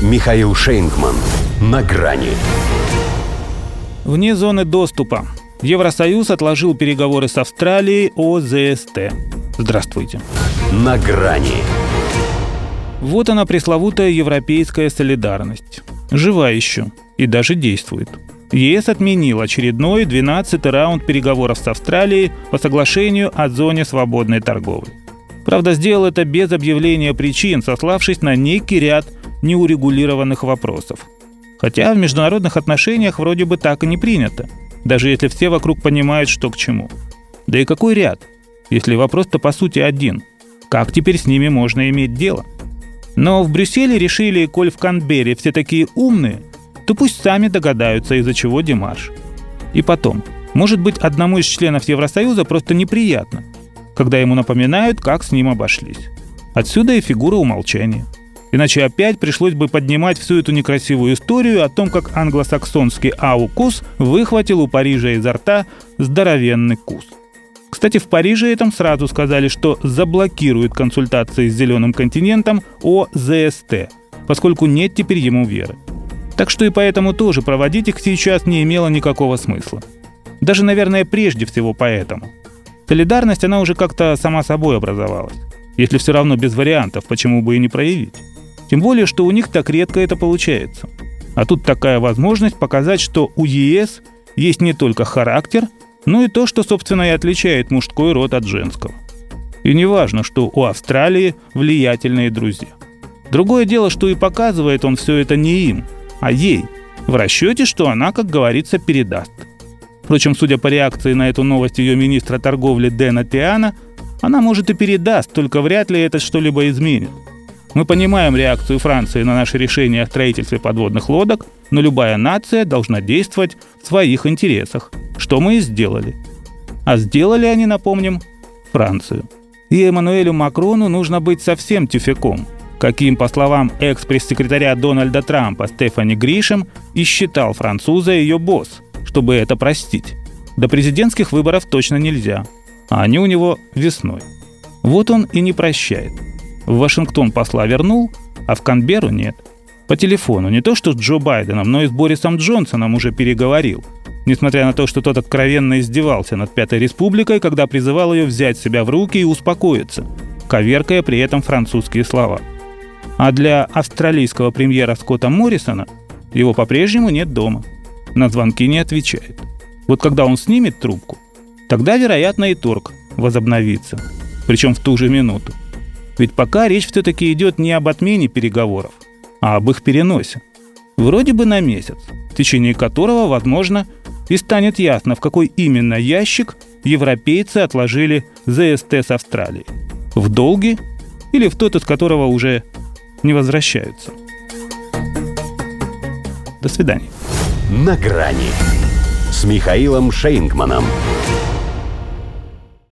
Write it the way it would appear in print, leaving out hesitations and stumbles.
Михаил Шейнгман. На грани. Вне зоны доступа. Евросоюз отложил переговоры с Австралией о ЗСТ. Здравствуйте. На грани. Вот она, пресловутая европейская солидарность. Жива еще и даже действует. ЕС отменил очередной 12-й раунд переговоров с Австралией по соглашению о зоне свободной торговли. Правда, сделал это без объявления причин, сославшись на некий ряд неурегулированных вопросов. Хотя в международных отношениях вроде бы так и не принято, даже если все вокруг понимают, что к чему. Да и какой ряд, если вопрос-то по сути один? Как теперь с ними можно иметь дело? Но в Брюсселе решили, коль в Канберре все такие умные, то пусть сами догадаются, из-за чего демарш. И потом, может быть, одному из членов Евросоюза просто неприятно, когда ему напоминают, как с ним обошлись. Отсюда и фигура умолчания. Иначе опять пришлось бы поднимать всю эту некрасивую историю о том, как англосаксонский AUKUS выхватил у Парижа изо рта здоровенный кус. Кстати, в Париже этом сразу сказали, что заблокируют консультации с Зеленым континентом о ЗСТ, поскольку нет теперь ему веры. Так что и поэтому тоже проводить их сейчас не имело никакого смысла. Даже, наверное, прежде всего поэтому. Солидарность, она уже как-то сама собой образовалась. Если все равно без вариантов, почему бы и не проявить? Тем более, что у них так редко это получается. А тут такая возможность показать, что у ЕС есть не только характер, но и то, что, собственно, и отличает мужской род от женского. И не важно, что у Австралии влиятельные друзья. Другое дело, что и показывает он все это не им, а ей, в расчете, что она, как говорится, передаст. Впрочем, судя по реакции на эту новость ее министра торговли Дэна Теана, она, может, и передаст, только вряд ли это что-либо изменит. Мы понимаем реакцию Франции на наше решение о строительстве подводных лодок, но любая нация должна действовать в своих интересах, что мы и сделали. А сделали они, напомним, Францию. И Эммануэлю Макрону нужно быть совсем тюфяком, каким, по словам экс-пресс-секретаря Дональда Трампа Стефани Гришэм, и считал француза ее босс, чтобы это простить. До президентских выборов точно нельзя, а они у него весной. Вот он и не прощает. В Вашингтон посла вернул, а в Канберру нет. По телефону не то что с Джо Байденом, но и с Борисом Джонсоном уже переговорил. Несмотря на то, что тот откровенно издевался над Пятой Республикой, когда призывал ее взять себя в руки и успокоиться, коверкая при этом французские слова. А для австралийского премьера Скотта Моррисона его по-прежнему нет дома. На звонки не отвечает. Вот когда он снимет трубку, тогда, вероятно, и торг возобновится. Причем в ту же минуту. Ведь пока речь все-таки идет не об отмене переговоров, а об их переносе. Вроде бы на месяц, в течение которого, возможно, и станет ясно, в какой именно ящик европейцы отложили ЗСТ с Австралией. В долгий или в тот, из которого уже не возвращаются. До свидания. На грани с Михаилом Шейнгманом.